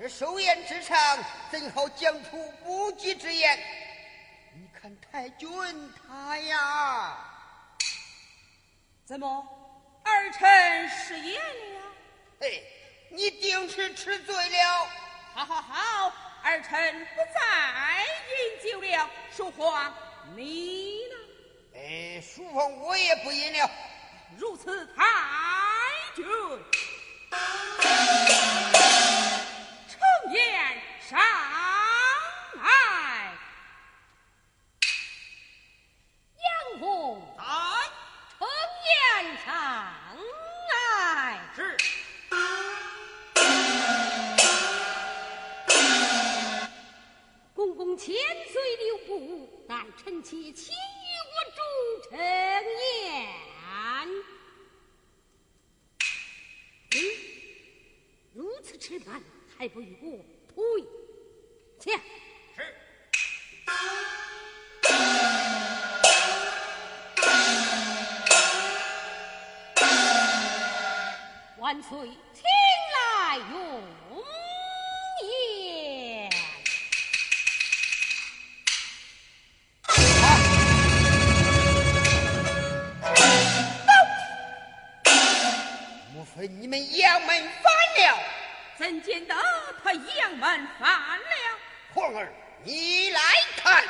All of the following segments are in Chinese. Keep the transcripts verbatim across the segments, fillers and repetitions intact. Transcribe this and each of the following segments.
寿宴之上，怎好讲出不吉之言？你看太君他呀， 怎么儿臣失言了？ 嘿，你定是吃醉了。 好好好，儿臣不再饮酒了。淑皇，你呢？ 哎，淑凤我也不饮了。 如此，太君呈言上来。 杨红在， 呈言上来。 是。 公公千岁留步，待臣妾请与我主呈言。嗯，如此迟慢，还不与我退下？ 是。 万岁，请来用言。 莫非你们杨门反了？ 怎见得他杨门反了？ 皇儿，你来看。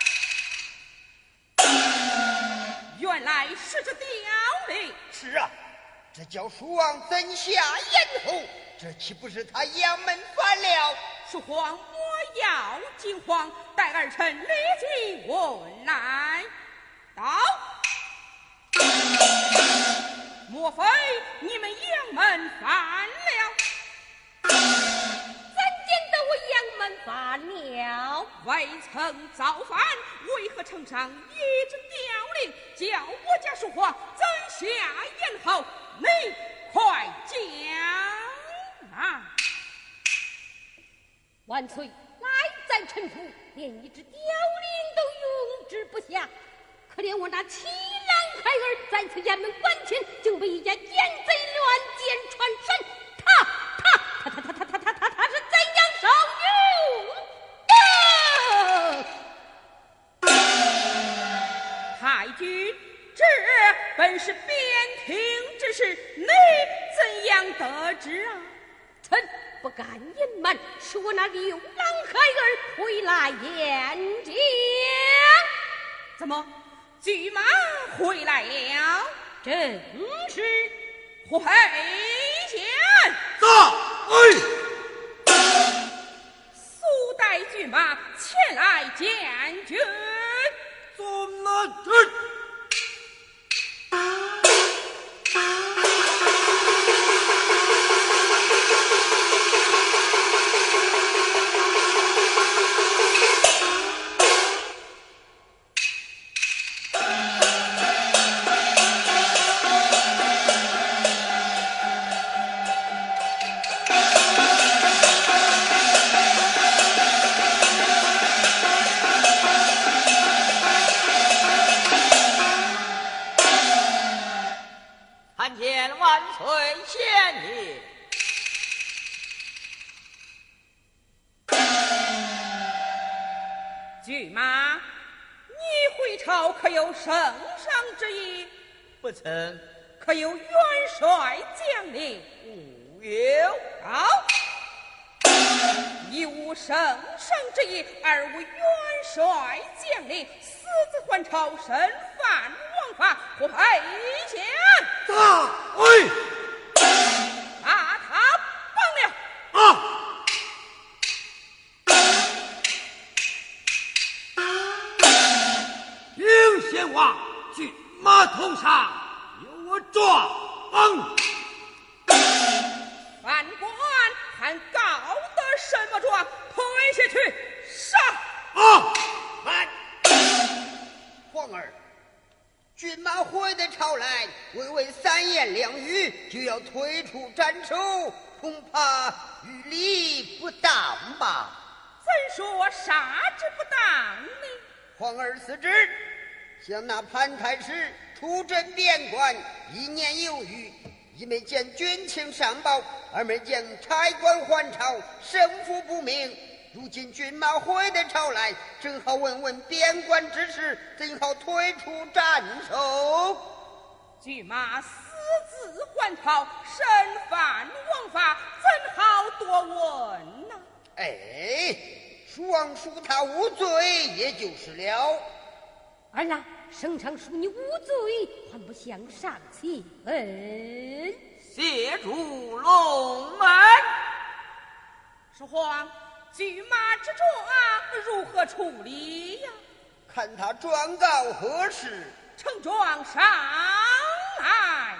原来是这刁令。 是啊，这叫蜀王怎下咽喉？这岂不是他杨门反了？ 蜀皇，我要惊慌，待儿臣列举问来。到。莫非你们杨门反了？ 怎见得我杨门反了？ 未曾造反，为何呈上一纸刁令，叫我家蜀皇怎下咽喉？你快讲啊！ 万岁，来在臣府，连一支凋零都用之不下，可怜我那七郎孩儿在此衙门关前，竟被一家奸贼乱箭穿身，他他他他他他他他他他是怎样受辱？ 太君，这本是边庭之事，你怎样得知啊？ 臣不敢隐瞒，是我那流浪孩儿回来演讲。 怎么，骏马回来了？ 正是。 回见。 大哎， 速带骏马前来见君。 遵了旨。 骏马，你回朝可有圣上之意？ 不曾。 可有元帅将令？ 无有。 好，一无圣上之意，二无元帅将令，私自还朝，身犯王法，不配见。 大哎， 把他绑了。 啊！禀先王，骏马头上有我状。 犯官还告得什么状？推下去杀！ 啊！ 慢！皇儿，骏马回得朝来，未问三言两语就要退出斩首，恐怕于理不当吧？ 怎说杀之不当呢？ 皇儿此旨，向那潘太师出征边关，一年有余， 一没见军情上报，二没见差官还朝，胜负不明。如今军马回得朝来，正好问问边关之事，怎好退出战守？ 军马私自还朝，身犯王法，怎好多问呢？ 哎，蜀王恕他无罪，也就是了。 儿郎，圣上恕你无罪，还不向上请恩？ 谢主龙门。 书皇，军马之状如何处理呀？ 看他状告何事？ 呈状上来。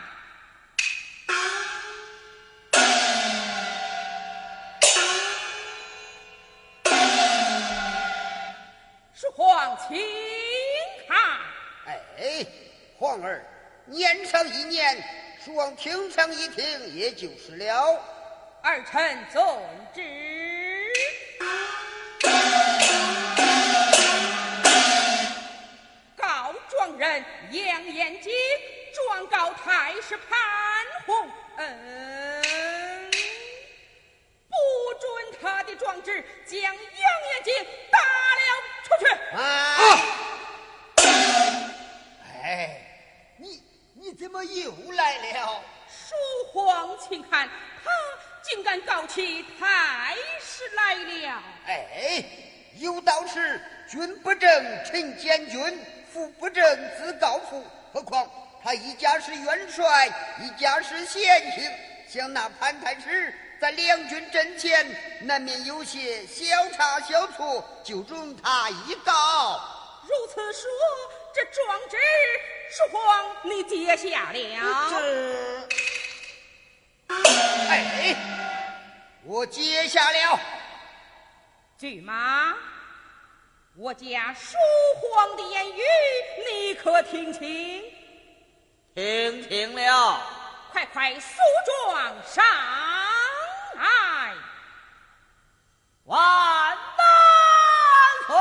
书皇，请看。 哎，皇儿，念上一念，蜀王听上一听，也就是了。 儿臣遵旨。告状人杨延吉状告太师潘洪，嗯，不准他的状纸将杨延吉打了出去。 啊！哎，你你怎么又来了？ 书皇，请看，他竟敢告起太师来了。 哎，有道是君不正臣监军，父不正自告父。何况他一家是元帅，一家是贤卿，像那潘太师在两军阵前，难免有些小差小错，就容他一告。 如此说，这状纸书皇你接下了。 这，哎，我接下了。 骏马，我家书皇的言语，你可听清？ 听清了。 快快诉状上来。 万万岁！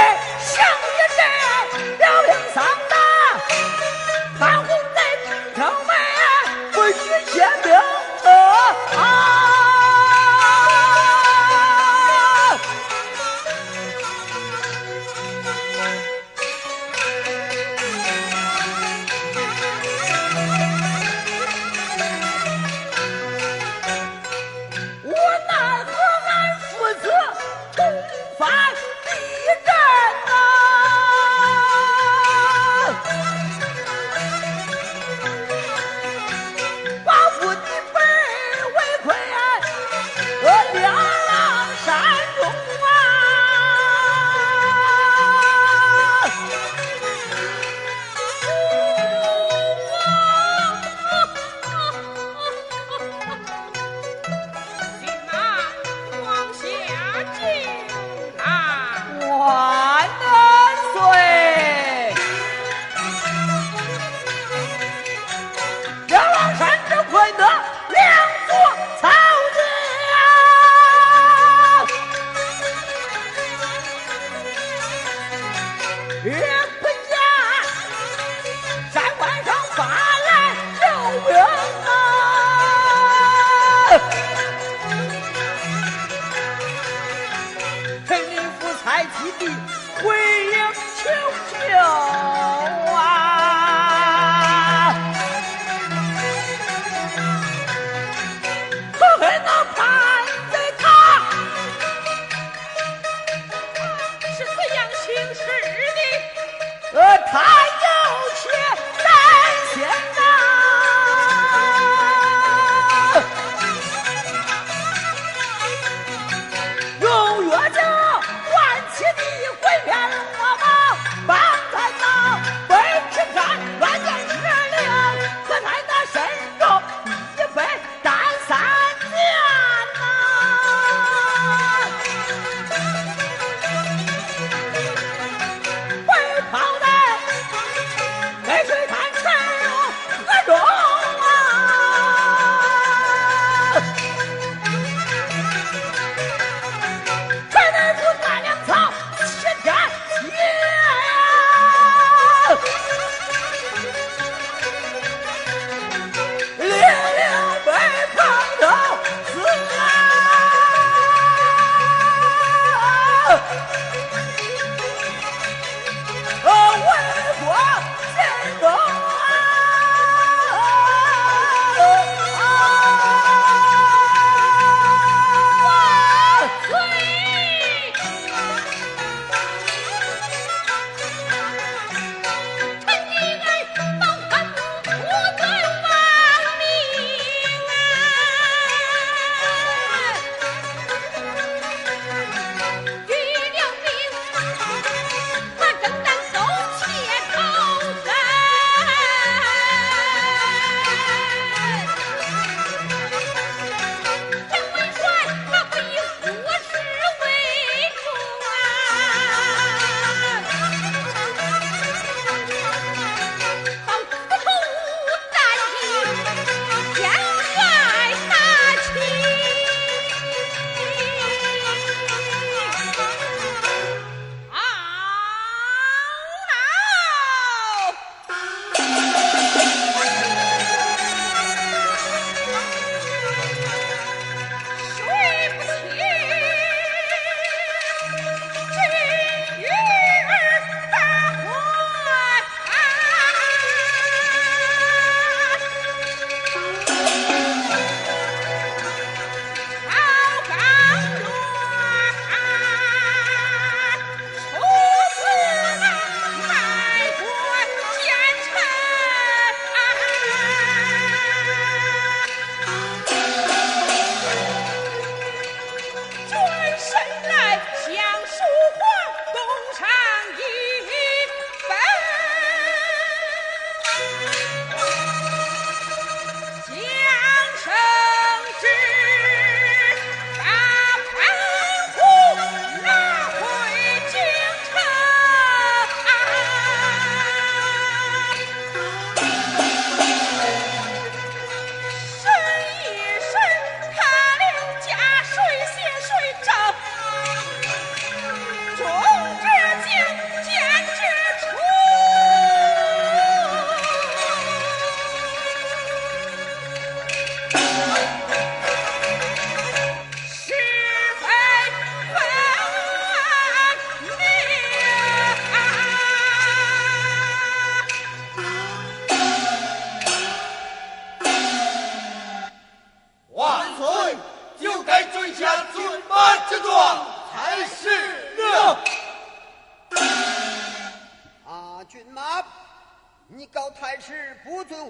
上的潘洪在京城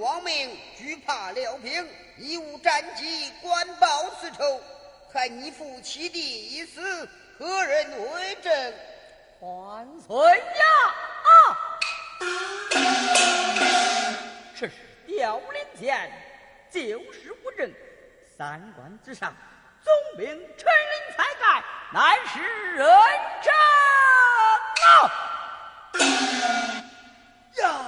荒命，惧怕辽兵，义无战绩，官报私仇，害你父弃地一死，何人为证？ 万岁呀！啊！这是凋零剑，就是无证。三关之上，总兵陈林才干，乃是人证啊！ 呀！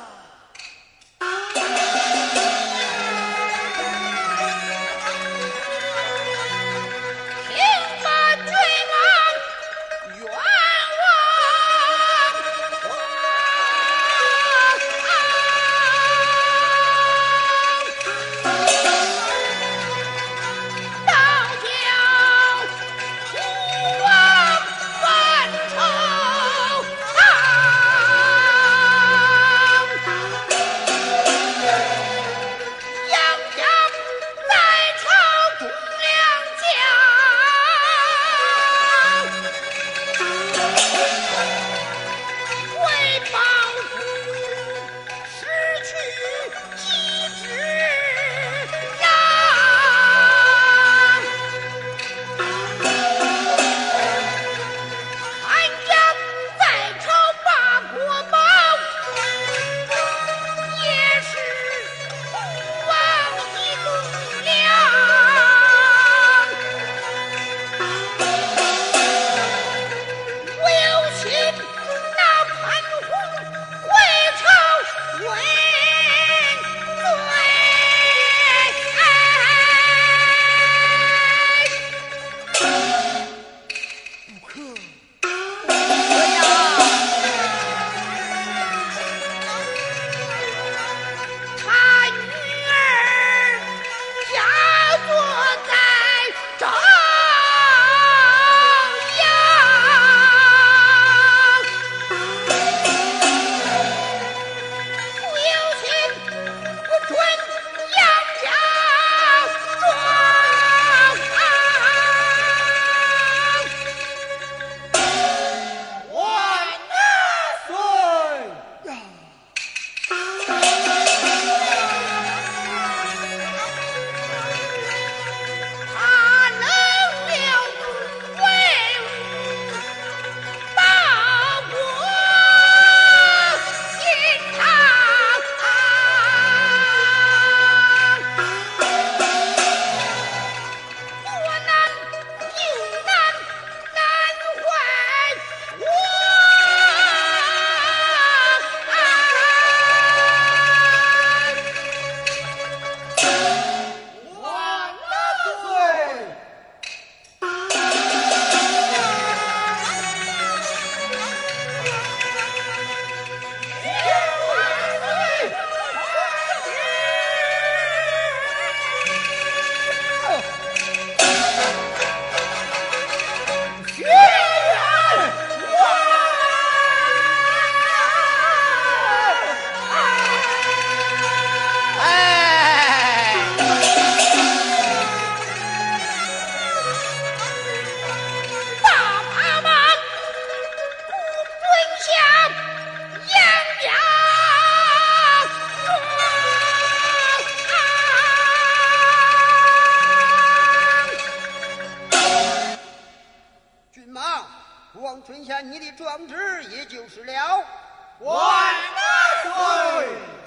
存下你的壮志，也就是了。 万岁！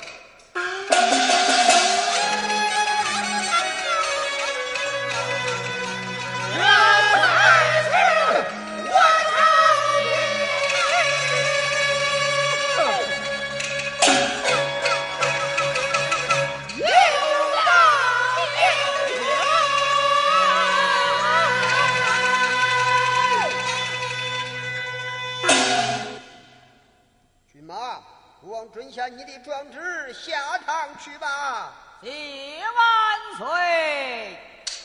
准下你的壮志，下堂去吧。 谢万岁！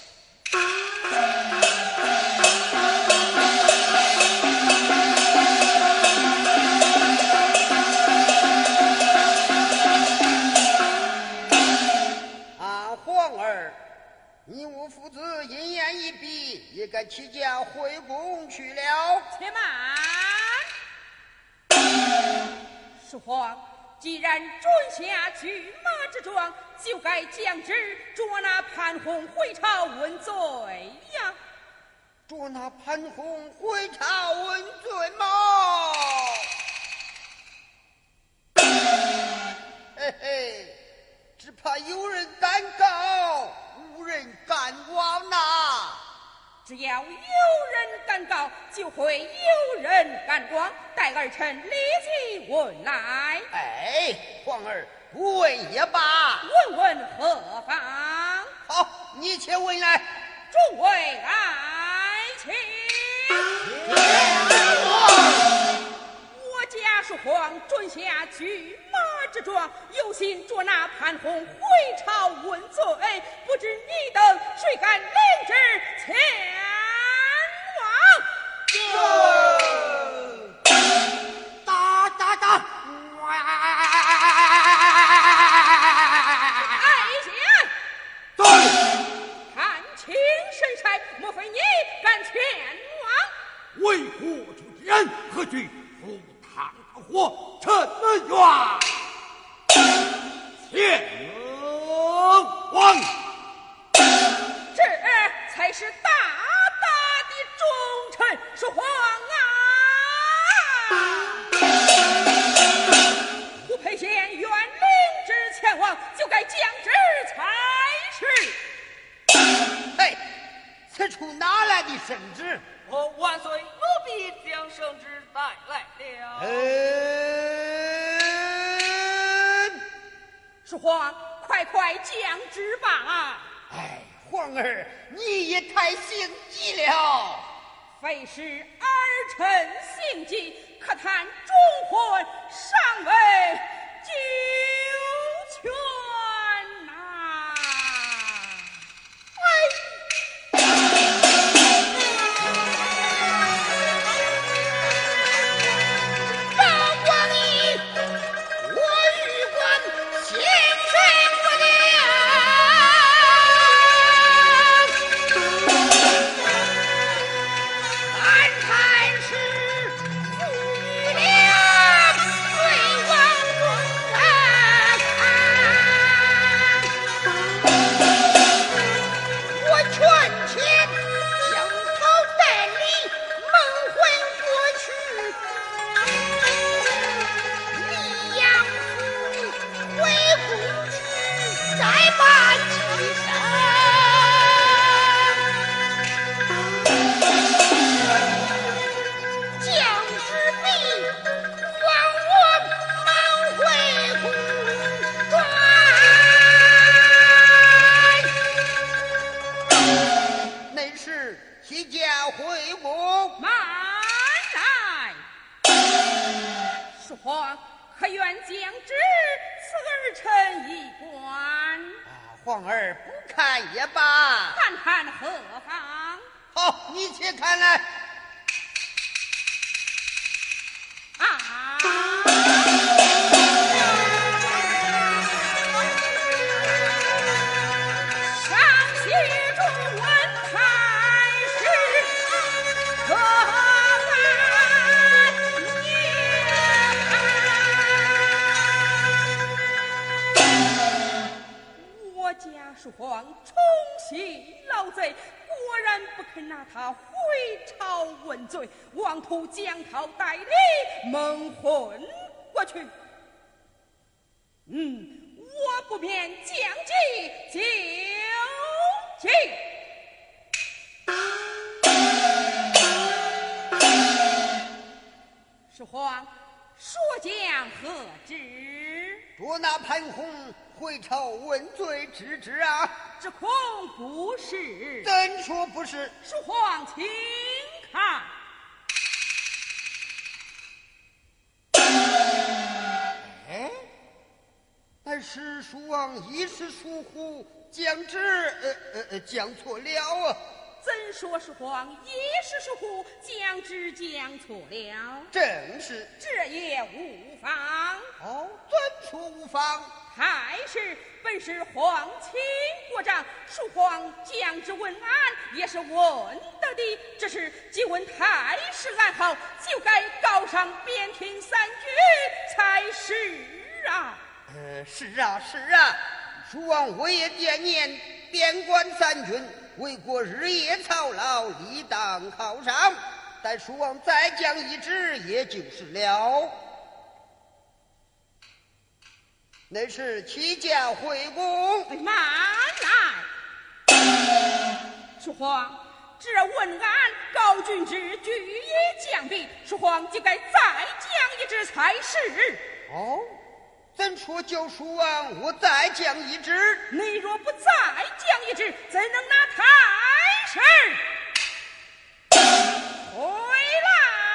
啊，皇儿，你我父子一言一笔，也该起驾回宫去了。 且慢，父皇。 既然准下骏马之状，就该将之捉拿潘洪回朝问罪呀！ 捉拿潘洪回朝问罪吗？嘿嘿，只怕有人敢告，无人敢枉呐！ 只要有人敢告，就会有人敢枉。待儿臣立即问来。 哎，皇儿不问也罢。 问问何方？ 好，你且问来。 众位爱卿，我家属皇准下骏马之状，有心捉拿潘洪回朝问罪，不知你等谁敢领之前往？ 打打打！ 爱卿， 对， 看清神帅，莫非你敢前往？ 为国出天，何惧赴汤蹈火，臣愿前往。 这才是大大的忠臣，属皇啊！胡沛县愿领之前往，就该将之才是。 嘿，此处哪来的圣旨？ 我万岁，奴婢将圣旨带来了。 嗯， 属皇，快快将之吧！ 哎，皇儿，你也太心急了。 非是儿臣心急，可叹忠魂尚未九全呐、 张光义，我玉官心神不宁。俺才是负玉良，罪王忠臣。我劝前将头带离，梦魂过去。离阳府回宫去，再把其身。将之必往我忙回宫转。内侍提驾回宫。 慢来！属皇可愿将之此儿臣一观？ 啊，皇儿不看也罢。 看看何方？ 好，你且看来。 啊！上写中文太师何敢言？我家属皇宠信老贼，果然不肯拿他回朝问罪，妄图将他带离蒙混过去。嗯，我不免将计就计。属皇，说将何之？ 捉拿潘洪回朝问罪之职啊！ 这恐不是。 怎说不是？ 属皇，请看。 哎，但是蜀王一时疏忽，将之呃呃呃讲错了啊！ 怎说属皇一时疏忽，将之讲错了？ 正是。 这也无妨。 哦，怎说无妨？ 太师本是皇亲国长，属皇将之问安也是问得的，只是既问太师安好，就该告上边庭三军才是啊。 呃，是啊，是啊，蜀王我也惦念边关三军，为国日夜操劳，理当犒赏。但蜀王再降一职，也就是了。那是齐家回宫。 哎，慢来！蜀皇，这文案高君之举也降笔，蜀皇就该再降一职才是。 哦，怎说叫蜀王我再降一职？ 你若不再降一职，怎能拿太师回来？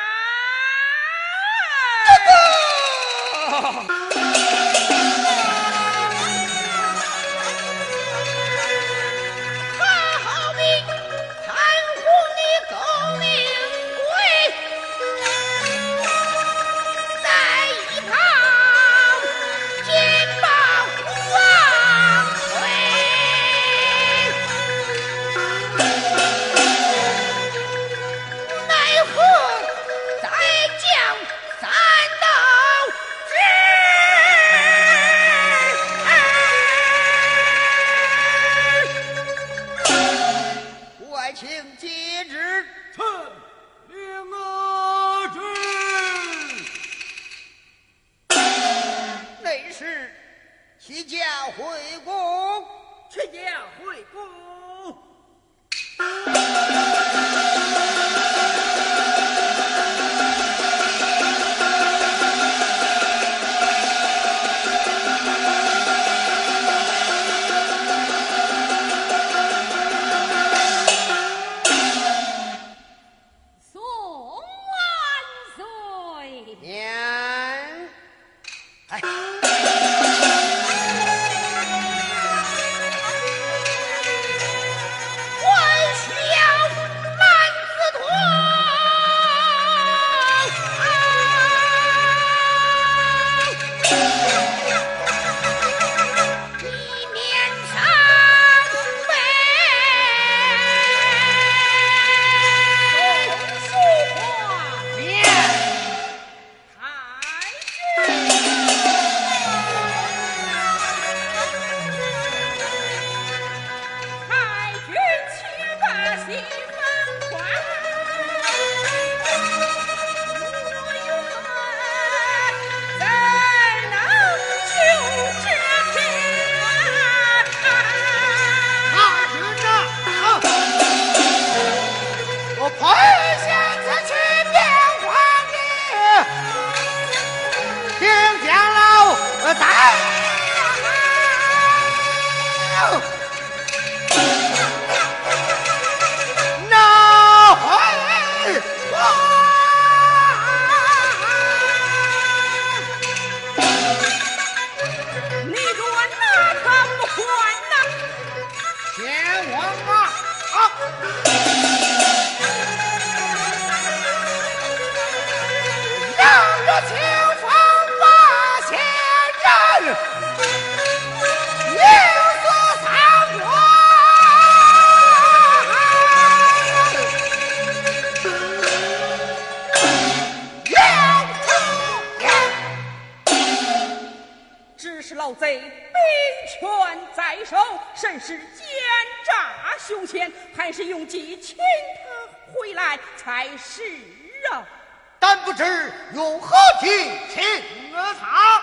老贼兵权在手，甚是奸诈凶险，还是用计请他回来才是啊！ 但不知用何计请他？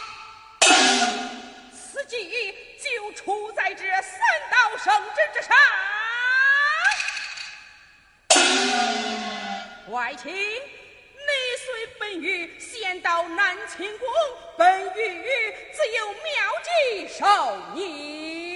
此计就出在这三道圣旨之上。外卿，你随本狱先到南清宫，本狱自有妙计授你。